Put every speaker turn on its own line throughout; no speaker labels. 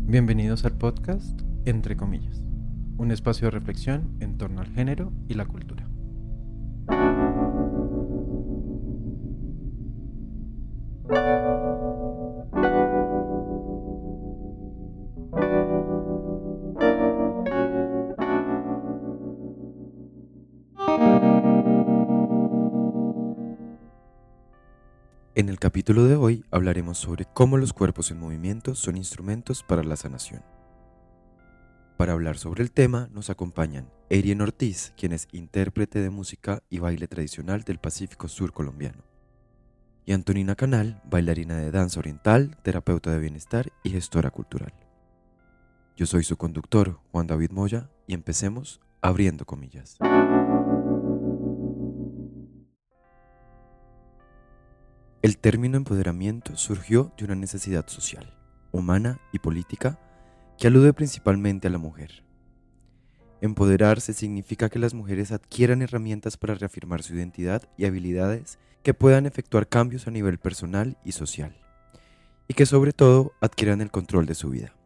Bienvenidos al podcast Entre Comillas, un espacio de reflexión en torno al género y la cultura. En el capítulo de hoy hablaremos sobre cómo los cuerpos en movimiento son instrumentos para la sanación. Para hablar sobre el tema nos acompañan Eirien Ortiz, quien es intérprete de música y baile tradicional del Pacífico Sur colombiano, y Antonina Canal, bailarina de danza oriental, terapeuta de bienestar y gestora cultural. Yo soy su conductor, Juan David Moya, y empecemos abriendo comillas. El término empoderamiento surgió de una necesidad social, humana y política que alude principalmente a la mujer. Empoderarse significa que las mujeres adquieran herramientas para reafirmar su identidad y habilidades que puedan efectuar cambios a nivel personal y social, y que sobre todo adquieran el control de su vida.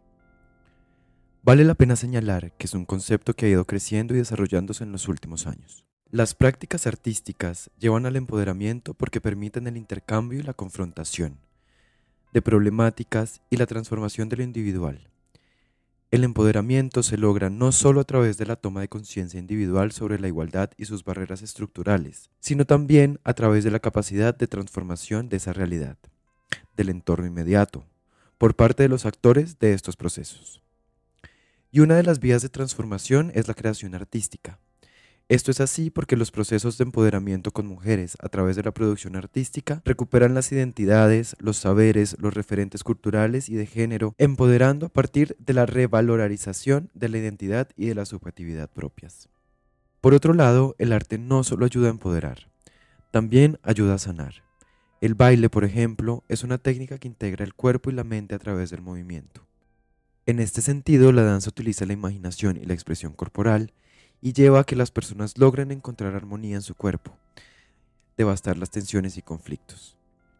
Vale la pena señalar que es un concepto que ha ido creciendo y desarrollándose en los últimos años. Las prácticas artísticas llevan al empoderamiento porque permiten el intercambio y la confrontación de problemáticas y la transformación de lo individual. El empoderamiento se logra no solo a través de la toma de conciencia individual sobre la igualdad y sus barreras estructurales, sino también a través de la capacidad de transformación de esa realidad, del entorno inmediato, por parte de los actores de estos procesos. Y una de las vías de transformación es la creación artística. Esto es así porque los procesos de empoderamiento con mujeres a través de la producción artística recuperan las identidades, los saberes, los referentes culturales y de género, empoderando a partir de la revalorización de la identidad y de la subjetividad propias. Por otro lado, el arte no solo ayuda a empoderar, también ayuda a sanar. El baile, por ejemplo, es una técnica que integra el cuerpo y la mente a través del movimiento. En este sentido, la danza utiliza la imaginación y la expresión corporal y lleva a que las personas logren encontrar armonía en su cuerpo, devastar las tensiones y conflictos.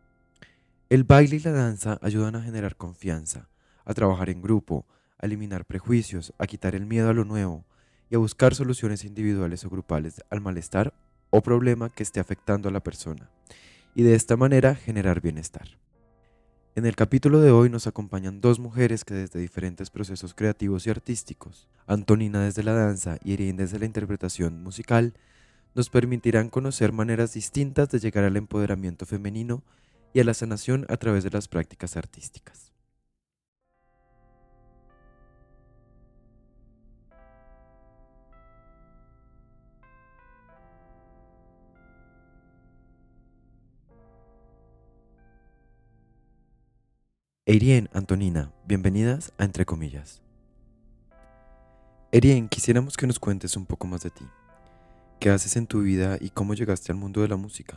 El baile y la danza ayudan a generar confianza, a trabajar en grupo, a eliminar prejuicios, a quitar el miedo a lo nuevo y a buscar soluciones individuales o grupales al malestar o problema que esté afectando a la persona, y de esta manera generar bienestar. En el capítulo de hoy nos acompañan dos mujeres que desde diferentes procesos creativos y artísticos, Antonina desde la danza y Eirien desde la interpretación musical, nos permitirán conocer maneras distintas de llegar al empoderamiento femenino y a la sanación a través de las prácticas artísticas. Eirien, Antonina, bienvenidas a Entre Comillas. Eirien, quisiéramos que nos cuentes un poco más de ti. ¿Qué haces en tu vida y cómo llegaste al mundo de la música?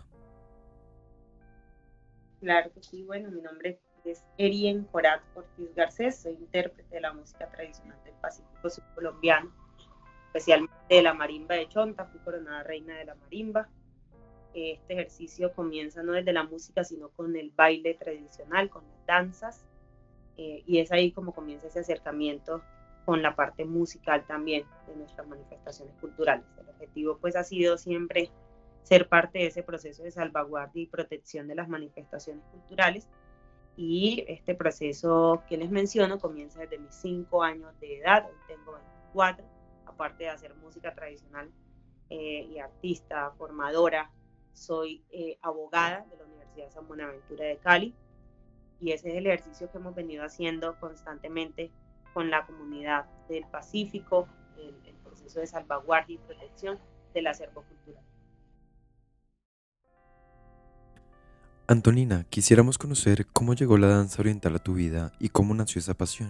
Claro que sí, bueno, mi nombre es Eirien Corat Ortiz Garcés, soy intérprete de la música tradicional del Pacífico Sur colombiano, especialmente de la marimba de Chonta, fui coronada reina de la marimba. Este ejercicio comienza no desde la música, sino con el baile tradicional, con las danzas, y es ahí como comienza ese acercamiento con la parte musical también de nuestras manifestaciones culturales. El objetivo pues ha sido siempre ser parte de ese proceso de salvaguardia y protección de las manifestaciones culturales, y este proceso que les menciono comienza desde mis 5 años de edad, hoy tengo 24, aparte de hacer música tradicional y artista, formadora, soy abogada de la Universidad San Buenaventura de Cali, y ese es el ejercicio que hemos venido haciendo constantemente con la comunidad del Pacífico, el proceso de salvaguardia y protección del acervo cultural.
Antonina, quisiéramos conocer cómo llegó la danza oriental a tu vida y cómo nació esa pasión.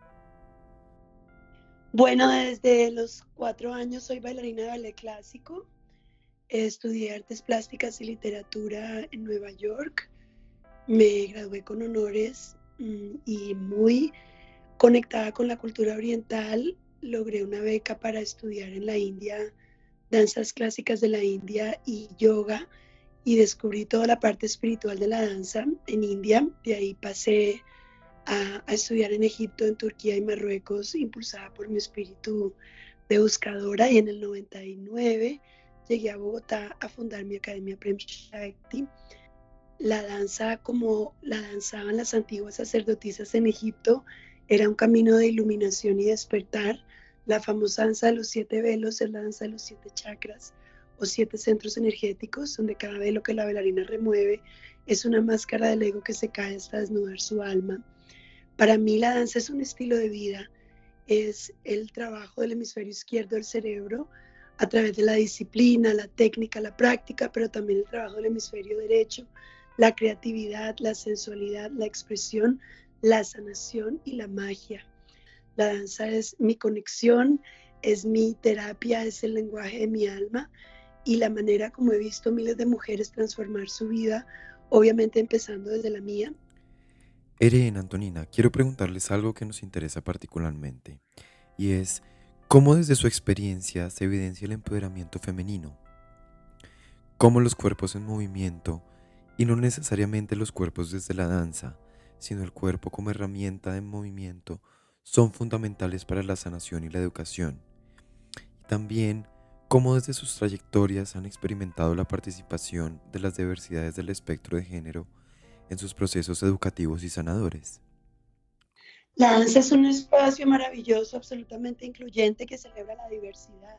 Bueno, desde los 4 años soy bailarina de ballet clásico. Estudié artes plásticas y literatura en Nueva York. Me gradué con honores y muy conectada con la cultura oriental. Logré una beca para estudiar en la India, danzas clásicas de la India y yoga, y descubrí toda la parte espiritual de la danza en India. De ahí pasé a estudiar en Egipto, en Turquía y Marruecos, impulsada por mi espíritu de buscadora, y en el 99 llegué a Bogotá a fundar mi academia Prem Shakti. La danza, como la danzaban las antiguas sacerdotisas en Egipto, era un camino de iluminación y despertar. La famosa danza de los 7 velos es la danza de los 7 chakras o 7 centros energéticos, donde cada velo que la bailarina remueve es una máscara del ego que se cae hasta desnudar su alma. Para mí la danza es un estilo de vida, es el trabajo del hemisferio izquierdo del cerebro a través de la disciplina, la técnica, la práctica, pero también el trabajo del hemisferio derecho, la creatividad, la sensualidad, la expresión, la sanación y la magia. La danza es mi conexión, es mi terapia, es el lenguaje de mi alma y la manera como he visto miles de mujeres transformar su vida, obviamente empezando desde la mía.
Eren, Antonina, quiero preguntarles algo que nos interesa particularmente, y es cómo desde su experiencia se evidencia el empoderamiento femenino, cómo los cuerpos en movimiento, y no necesariamente los cuerpos desde la danza, sino el cuerpo como herramienta de movimiento, son fundamentales para la sanación y la educación. Y también cómo desde sus trayectorias han experimentado la participación de las diversidades del espectro de género en sus procesos educativos y sanadores.
La danza es un espacio maravilloso, absolutamente incluyente, que celebra la diversidad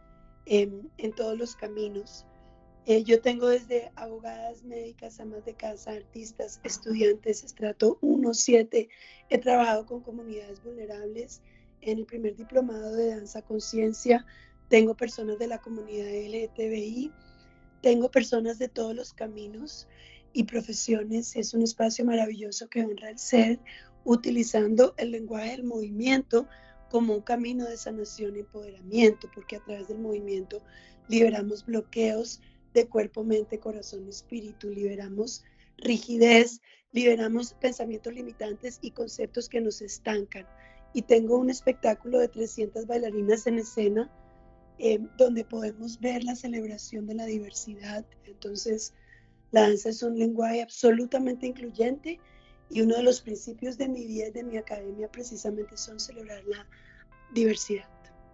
en todos los caminos. Yo tengo desde abogadas, médicas, amas de casa, artistas, estudiantes, estrato 1, 7. He trabajado con comunidades vulnerables en el primer diplomado de danza conciencia. Tengo personas de la comunidad LGTBI, tengo personas de todos los caminos y profesiones. Es un espacio maravilloso que honra el ser, utilizando el lenguaje del movimiento como un camino de sanación y empoderamiento, porque a través del movimiento liberamos bloqueos de cuerpo, mente, corazón, espíritu, liberamos rigidez, liberamos pensamientos limitantes y conceptos que nos estancan. Y tengo un espectáculo de 300 bailarinas en escena, donde podemos ver la celebración de la diversidad. Entonces, la danza es un lenguaje absolutamente incluyente y uno de los principios de mi vida y de mi academia precisamente son celebrar la diversidad.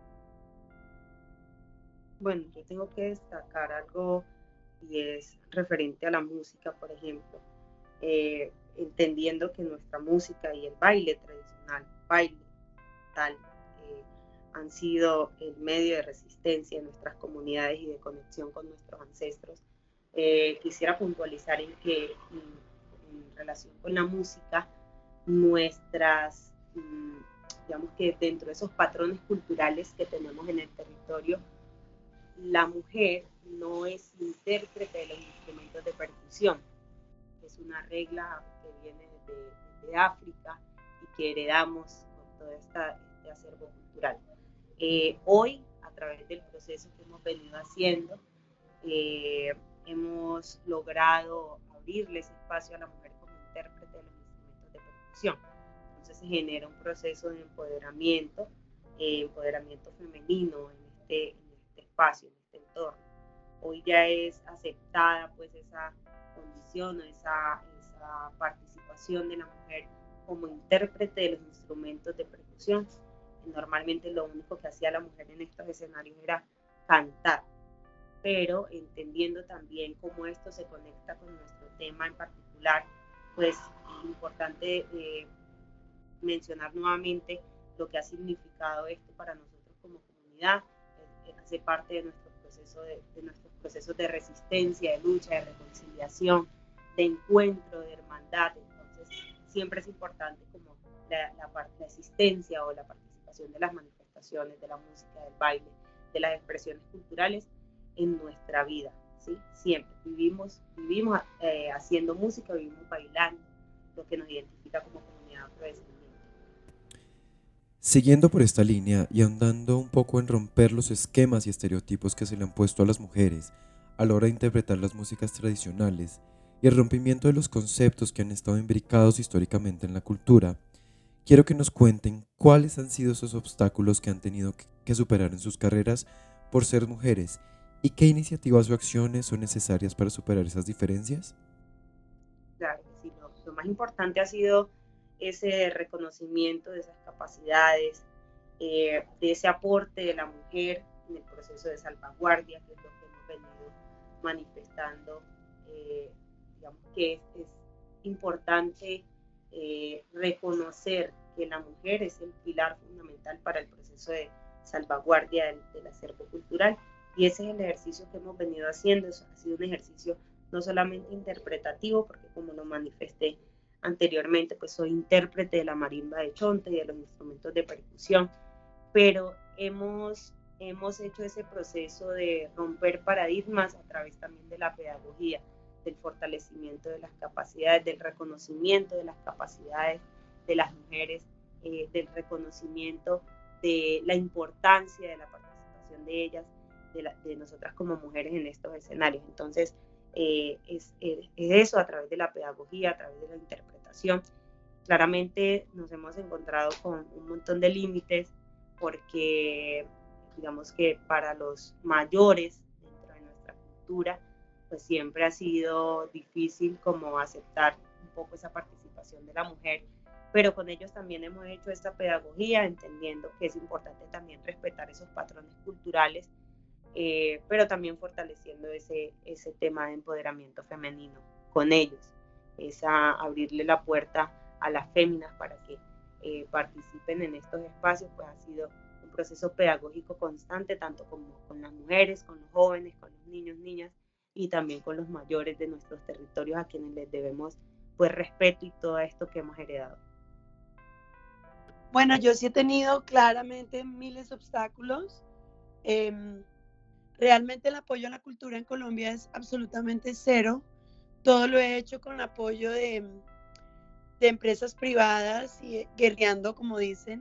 Bueno, yo tengo que destacar algo y es referente a la música, por ejemplo, entendiendo que nuestra música y el baile tradicional, baile tal, han sido el medio de resistencia en nuestras comunidades y de conexión con nuestros ancestros. Quisiera puntualizar en que en relación con la música, nuestras, digamos que dentro de esos patrones culturales que tenemos en el territorio, la mujer no es intérprete de los instrumentos de percusión. Es una regla que viene de África y que heredamos con todo este acervo cultural. Hoy, a través del proceso que hemos venido haciendo, hemos logrado abrirle ese espacio a la mujer como intérprete de los instrumentos de percusión. Entonces se genera un proceso de empoderamiento femenino en este espacio, en este entorno. Hoy ya es aceptada pues esa condición o esa participación de la mujer como intérprete de los instrumentos de percusión. Normalmente lo único que hacía la mujer en estos escenarios era cantar, pero entendiendo también cómo esto se conecta con nuestro tema en particular, pues es importante mencionar nuevamente lo que ha significado esto para nosotros como comunidad. Hace parte de nuestros procesos de resistencia, de lucha, de reconciliación, de encuentro, de hermandad. Entonces siempre es importante como la existencia o la participación de las manifestaciones, de la música, del baile, de las expresiones culturales en nuestra vida, ¿sí? Siempre vivimos haciendo música, vivimos bailando, lo que nos identifica como comunidad afrodescendiente.
Siguiendo por esta línea y ahondando un poco en romper los esquemas y estereotipos que se le han puesto a las mujeres a la hora de interpretar las músicas tradicionales y el rompimiento de los conceptos que han estado imbricados históricamente en la cultura, quiero que nos cuenten cuáles han sido esos obstáculos que han tenido que superar en sus carreras por ser mujeres y qué iniciativas o acciones son necesarias para superar esas diferencias.
Claro, sí, lo más importante ha sido ese reconocimiento de esas capacidades, de ese aporte de la mujer en el proceso de salvaguardia, que es lo que hemos venido manifestando. Digamos que es importante reconocer que la mujer es el pilar fundamental para el proceso de salvaguardia del acervo cultural, y ese es el ejercicio que hemos venido haciendo. Eso ha sido un ejercicio no solamente interpretativo, porque como lo manifesté anteriormente, pues soy intérprete de la marimba de Chonta y de los instrumentos de percusión, pero hemos hecho ese proceso de romper paradigmas a través también de la pedagogía, del fortalecimiento de las capacidades, del reconocimiento de las capacidades de las mujeres, del reconocimiento de la importancia de la participación de ellas, de nosotras como mujeres en estos escenarios. Entonces, es eso, a través de la pedagogía, a través de la interpretación. Claramente nos hemos encontrado con un montón de límites, porque digamos que para los mayores dentro de nuestra cultura, pues siempre ha sido difícil como aceptar un poco esa participación de la mujer, pero con ellos también hemos hecho esta pedagogía, entendiendo que es importante también respetar esos patrones culturales, pero también fortaleciendo ese tema de empoderamiento femenino con ellos, abrirle la puerta a las féminas para que participen en estos espacios. Pues ha sido un proceso pedagógico constante, tanto como con las mujeres, con los jóvenes, con los niños, niñas, y también con los mayores de nuestros territorios, a quienes les debemos pues respeto y todo esto que hemos heredado.
Bueno, yo sí he tenido claramente miles de obstáculos. Realmente el apoyo a la cultura en Colombia es absolutamente cero. Todo lo he hecho con el apoyo de empresas privadas y guerreando, como dicen.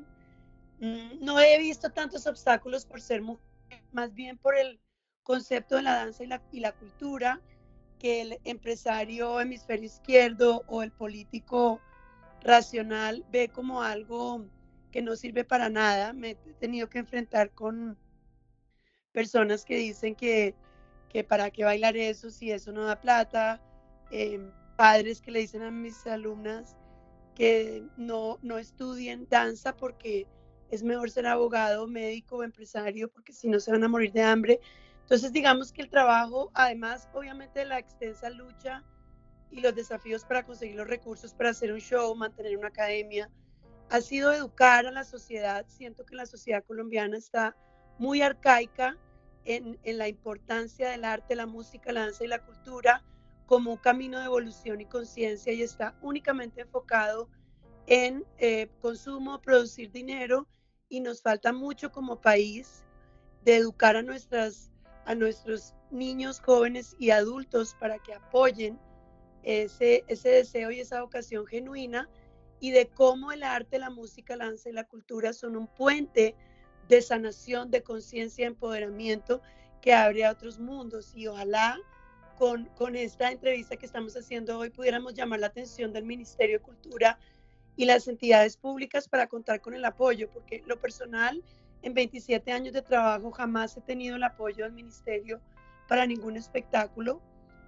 No he visto tantos obstáculos por ser mujer, más bien por el concepto de la danza y la cultura, que el empresario hemisferio izquierdo o el político racional ve como algo que no sirve para nada. Me he tenido que enfrentar con personas que dicen que para qué bailar eso si eso no da plata, padres que le dicen a mis alumnas que no estudien danza porque es mejor ser abogado, médico o empresario, porque si no se van a morir de hambre. Entonces, digamos que el trabajo, además, obviamente, de la extensa lucha y los desafíos para conseguir los recursos para hacer un show, mantener una academia, ha sido educar a la sociedad. Siento que la sociedad colombiana está muy arcaica en la importancia del arte, la música, la danza y la cultura como un camino de evolución y conciencia, y está únicamente enfocado en consumo, producir dinero, y nos falta mucho como país de educar a nuestros niños, jóvenes y adultos para que apoyen ese deseo y esa vocación genuina, y de cómo el arte, la música, la danza y la cultura son un puente de sanación, de conciencia, de empoderamiento que abre a otros mundos. Y ojalá con esta entrevista que estamos haciendo hoy pudiéramos llamar la atención del Ministerio de Cultura y las entidades públicas para contar con el apoyo, porque lo personal, en 27 años de trabajo, jamás he tenido el apoyo del ministerio para ningún espectáculo.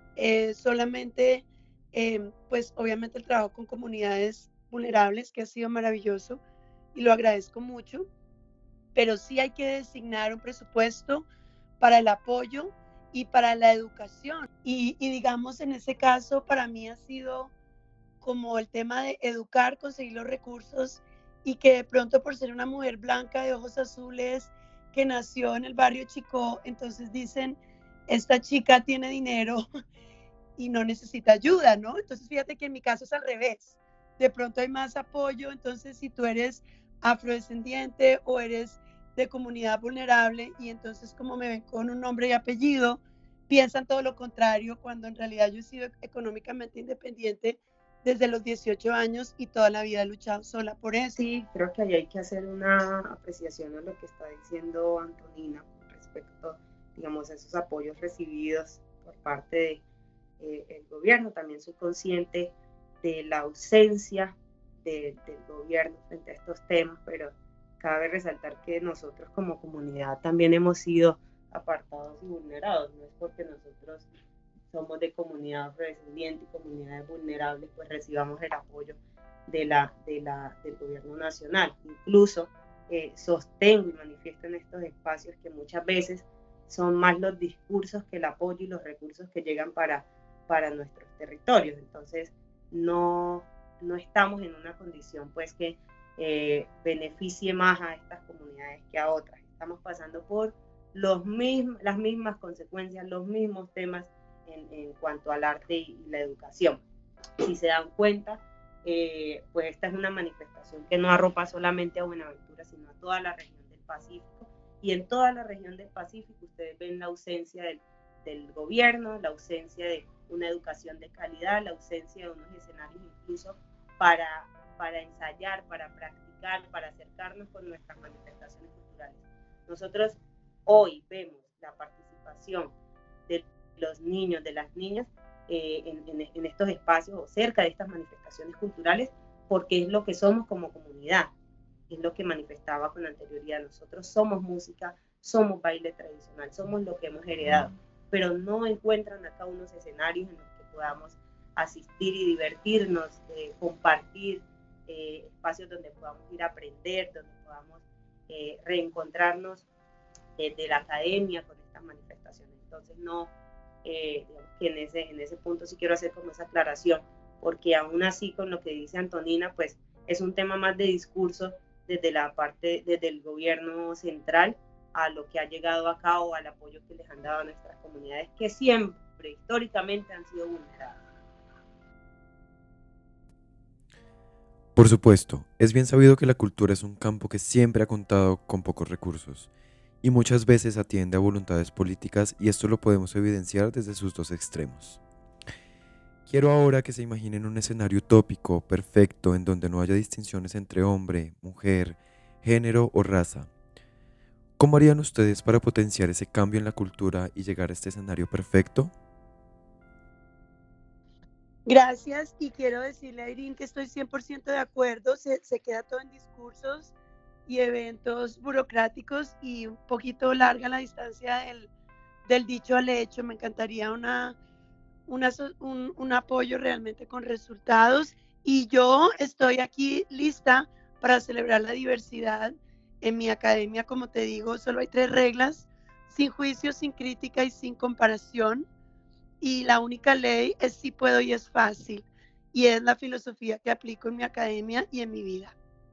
Solamente, pues obviamente el trabajo con comunidades vulnerables, que ha sido maravilloso y lo agradezco mucho, pero sí hay que designar un presupuesto para el apoyo y para la educación. Y digamos, en ese caso, para mí ha sido como el tema de educar, conseguir los recursos, y que de pronto, por ser una mujer blanca de ojos azules que nació en el barrio Chicó, entonces dicen, esta chica tiene dinero y no necesita ayuda, ¿no? Entonces fíjate que en mi caso es al revés. De pronto hay más apoyo. Entonces, si tú eres afrodescendiente o eres de comunidad vulnerable, y entonces como me ven con un nombre y apellido, piensan todo lo contrario, cuando en realidad yo he sido económicamente independiente desde los 18 años y toda la vida he luchado sola por eso.
Sí, creo que ahí hay que hacer una apreciación a lo que está diciendo Antonina con respecto, digamos, a esos apoyos recibidos por parte del gobierno. También soy consciente de la ausencia del gobierno frente a estos temas, pero cabe resaltar que nosotros como comunidad también hemos sido apartados y vulnerados. No es porque nosotros somos de comunidad afrodescendiente y comunidades vulnerables pues recibamos el apoyo del gobierno nacional. Incluso sostengo y manifiesto en estos espacios que muchas veces son más los discursos que el apoyo y los recursos que llegan para nuestros territorios. Entonces, no estamos en una condición pues que beneficie más a estas comunidades que a otras. Estamos pasando por las mismas consecuencias, los mismos temas en cuanto al arte y la educación. Si se dan cuenta, pues esta es una manifestación que no arropa solamente a Buenaventura, sino a toda la región del Pacífico. Y en toda la región del Pacífico ustedes ven la ausencia del gobierno, la ausencia de una educación de calidad, la ausencia de unos escenarios incluso para ensayar, para practicar, para acercarnos con nuestras manifestaciones culturales. Nosotros hoy vemos la participación de los niños, de las niñas en estos espacios o cerca de estas manifestaciones culturales, porque es lo que somos como comunidad, es lo que manifestaba con anterioridad. Nosotros somos música, somos baile tradicional, somos lo que hemos heredado, pero no encuentran acá unos escenarios en los que podamos asistir y divertirnos, compartir espacios donde podamos ir a aprender, donde podamos reencontrarnos de la academia con estas manifestaciones. Entonces digamos que en ese punto sí quiero hacer como esa aclaración, porque aún así con lo que dice Antonina, pues es un tema más de discurso desde el gobierno central a lo que ha llegado acá o al apoyo que les han dado a nuestras comunidades que siempre históricamente han sido vulneradas.
Por supuesto, es bien sabido que la cultura es un campo que siempre ha contado con pocos recursos y muchas veces atiende a voluntades políticas, y esto lo podemos evidenciar desde sus dos extremos. Quiero ahora que se imaginen un escenario utópico, perfecto, en donde no haya distinciones entre hombre, mujer, género o raza. ¿Cómo harían ustedes para potenciar ese cambio en la cultura y llegar a este escenario perfecto?
Gracias, y quiero decirle a Irene que estoy 100% de acuerdo. Se queda todo en discursos y eventos burocráticos y un poquito larga la distancia del dicho al hecho. Me encantaría un apoyo realmente con resultados, y yo estoy aquí lista para celebrar la diversidad. En mi academia, como te digo, solo hay 3 reglas: sin juicio, sin crítica y sin comparación. Y la única ley es sí puedo y es fácil. Y es la filosofía que aplico en mi academia y en mi vida.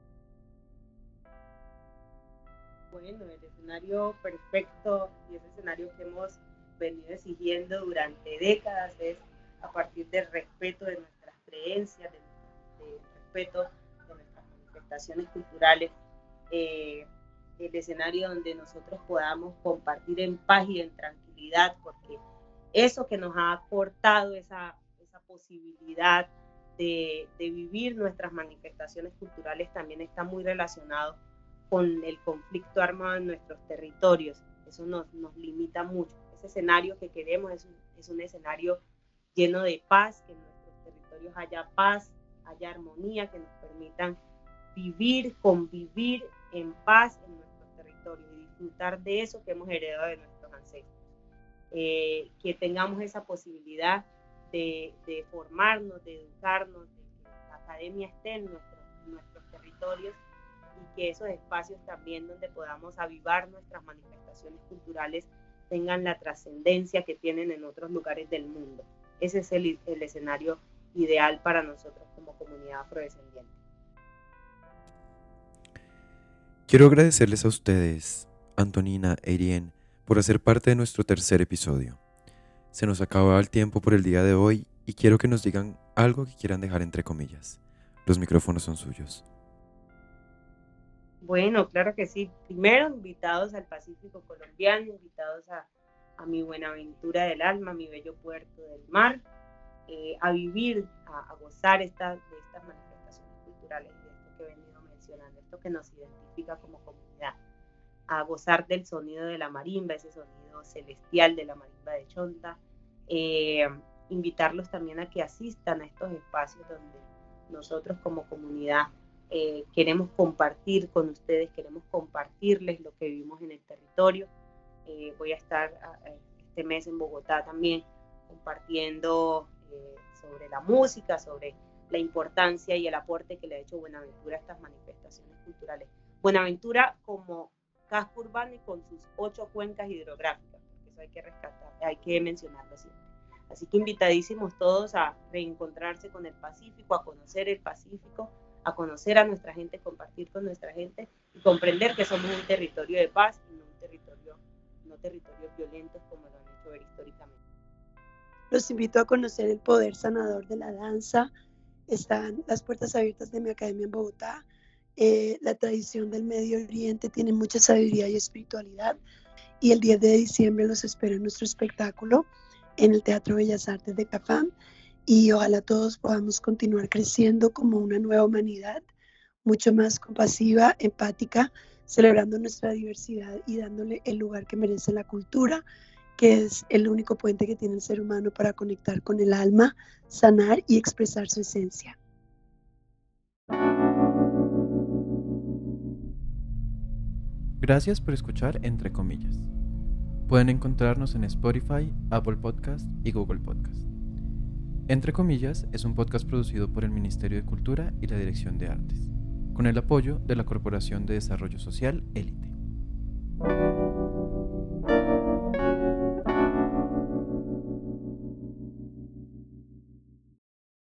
Bueno, el escenario perfecto y ese escenario que hemos venido exigiendo durante décadas es a partir del respeto de nuestras creencias, del respeto de nuestras manifestaciones culturales, el escenario donde nosotros podamos compartir en paz y en tranquilidad, porque eso que nos ha cortado esa posibilidad de vivir nuestras manifestaciones culturales también está muy relacionado con el conflicto armado en nuestros territorios. Eso nos limita mucho. Ese escenario que queremos es un escenario lleno de paz, que en nuestros territorios haya paz, haya armonía, que nos permitan vivir, convivir en paz en nuestros territorios y disfrutar de eso que hemos heredado de nuestros ancestros. Que tengamos esa posibilidad de formarnos, de educarnos, de que la academia esté en nuestros territorios, y que esos espacios también donde podamos avivar nuestras manifestaciones culturales tengan la trascendencia que tienen en otros lugares del mundo. Ese es el escenario ideal para nosotros como comunidad afrodescendiente.
Quiero agradecerles a ustedes, Antonina e Irien, por hacer parte de nuestro tercer episodio. Se nos acaba el tiempo por el día de hoy y quiero que nos digan algo que quieran dejar entre comillas. Los micrófonos son suyos.
Bueno, claro que sí. Primero, invitados al Pacífico colombiano, invitados a mi Buenaventura del alma, mi bello puerto del mar, a vivir, a gozar de estas manifestaciones culturales, de esto que he venido mencionando, esto que nos identifica como comunidad, a gozar del sonido de la marimba, ese sonido celestial de la marimba de Chonta, invitarlos también a que asistan a estos espacios donde nosotros como comunidad queremos compartir con ustedes, queremos compartirles lo que vivimos en el territorio. Voy a estar este mes en Bogotá también compartiendo sobre la música, sobre la importancia y el aporte que le ha hecho Buenaventura a estas manifestaciones culturales. Buenaventura como casco urbano y con sus 8 cuencas hidrográficas, porque eso hay que rescatar, hay que mencionarlo siempre. Así que invitadísimos todos a reencontrarse con el Pacífico, a conocer el Pacífico, a conocer a nuestra gente, compartir con nuestra gente y comprender que somos un territorio de paz y no territorios violentos como lo han hecho ver históricamente.
Los invito a conocer el poder sanador de la danza. Están las puertas abiertas de mi academia en Bogotá. La tradición del Medio Oriente tiene mucha sabiduría y espiritualidad. Y el 10 de diciembre los espero en nuestro espectáculo en el Teatro Bellas Artes de Cafam. Y ojalá todos podamos continuar creciendo como una nueva humanidad, mucho más compasiva, empática, celebrando nuestra diversidad y dándole el lugar que merece la cultura, que es el único puente que tiene el ser humano para conectar con el alma, sanar y expresar su esencia.
Gracias por escuchar Entre Comillas. Pueden encontrarnos en Spotify, Apple Podcast y Google Podcast. Entre Comillas es un podcast producido por el Ministerio de Cultura y la Dirección de Artes, con el apoyo de la Corporación de Desarrollo Social Élite.